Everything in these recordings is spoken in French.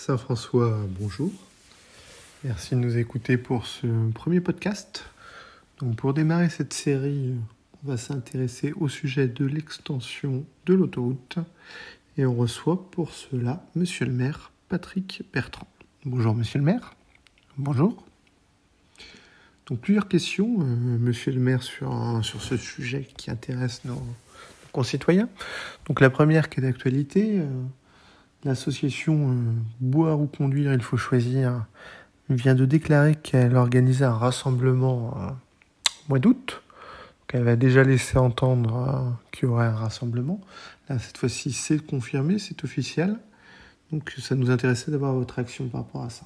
Saint-François, bonjour. Merci de nous écouter pour ce premier podcast. Donc pour démarrer cette série, on va s'intéresser au sujet de l'extension de l'autoroute. Et on reçoit pour cela Monsieur le maire Patrick Bertrand. Bonjour Monsieur le maire. Bonjour. Donc plusieurs questions, Monsieur le maire, sur ce sujet qui intéresse nos concitoyens. Donc la première qui est d'actualité, l'association Boire ou Conduire, il faut choisir, vient de déclarer qu'elle organisait un rassemblement au mois d'août. Donc elle va déjà laissé entendre qu'il y aurait un rassemblement. Là, cette fois-ci, c'est confirmé, c'est officiel. Donc ça nous intéressait d'avoir votre réaction par rapport à ça.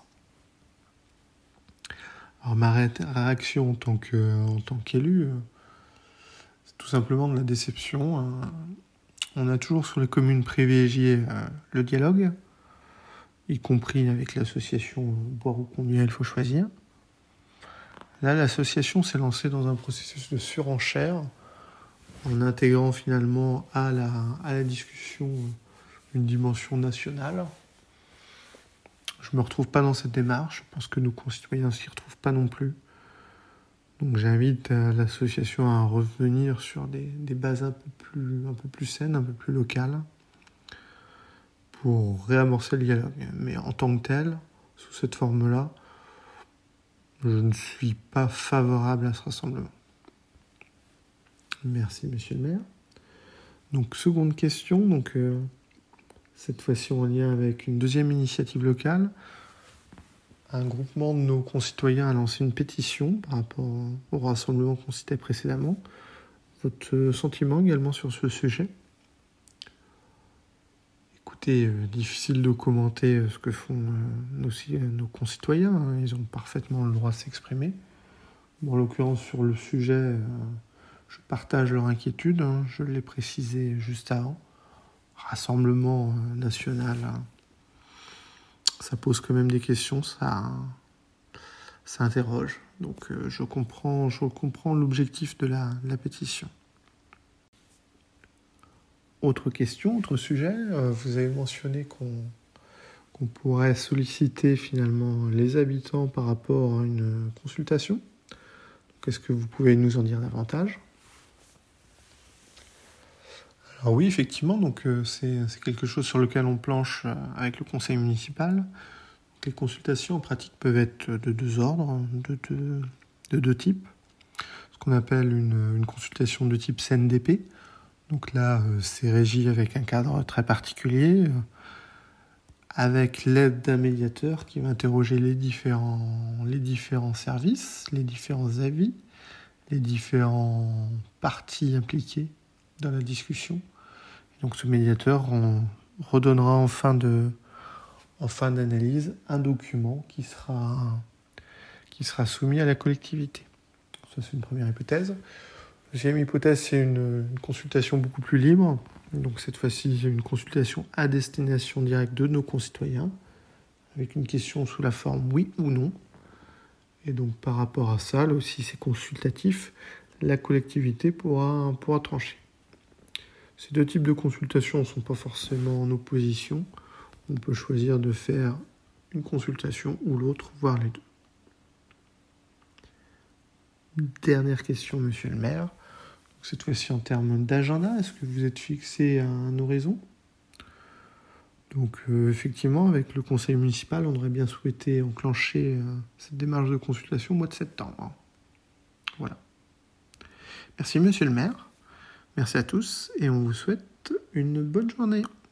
Alors ma réaction en tant qu'élu, c'est tout simplement de la déception. On a toujours sur les communes privilégié le dialogue, y compris avec l'association Boire ou Conduire, il faut choisir. Là, l'association s'est lancée dans un processus de surenchère en intégrant finalement à la discussion une dimension nationale. Je ne me retrouve pas dans cette démarche. Je pense que nos concitoyens ne s'y retrouvent pas non plus. Donc j'invite l'association à revenir sur des bases un peu plus saines, un peu plus locales, pour réamorcer le dialogue. Mais en tant que tel, sous cette forme-là, je ne suis pas favorable à ce rassemblement. Merci, Monsieur le maire. Donc, seconde question, cette fois-ci en lien avec une deuxième initiative locale. Un groupement de nos concitoyens a lancé une pétition par rapport au rassemblement qu'on citait précédemment. Votre sentiment également sur ce sujet ? Écoutez, difficile de commenter ce que font nos concitoyens. Ils ont parfaitement le droit de s'exprimer. Bon, en l'occurrence, sur le sujet, je partage leur inquiétude. Je l'ai précisé juste avant. Rassemblement national, ça pose quand même des questions, ça interroge. Donc je comprends l'objectif de la pétition. Autre question, autre sujet, vous avez mentionné qu'on pourrait solliciter finalement les habitants par rapport à une consultation. Donc, est-ce que vous pouvez nous en dire davantage ? Alors oui, effectivement, c'est quelque chose sur lequel on planche avec le conseil municipal. Donc, les consultations en pratique peuvent être de deux ordres, de deux types. Ce qu'on appelle une consultation de type CNDP. Donc là, c'est régi avec un cadre très particulier, avec l'aide d'un médiateur qui va interroger les différents services, les différents avis, les différents parties impliquées dans la discussion. Et donc ce médiateur redonnera en fin d'analyse un document qui sera soumis à la collectivité. Ça, c'est une première hypothèse. Deuxième hypothèse, c'est une consultation beaucoup plus libre. Donc cette fois-ci, une consultation à destination directe de nos concitoyens, avec une question sous la forme oui ou non. Et donc par rapport à ça, là aussi c'est consultatif, la collectivité pourra trancher. Ces deux types de consultations ne sont pas forcément en opposition. On peut choisir de faire une consultation ou l'autre, voire les deux. Dernière question, Monsieur le maire. Cette fois-ci en termes d'agenda, est-ce que vous êtes fixé à un horizon ? Donc effectivement, avec le conseil municipal, on aurait bien souhaité enclencher cette démarche de consultation au mois de septembre. Voilà. Merci Monsieur le maire, merci à tous et on vous souhaite une bonne journée.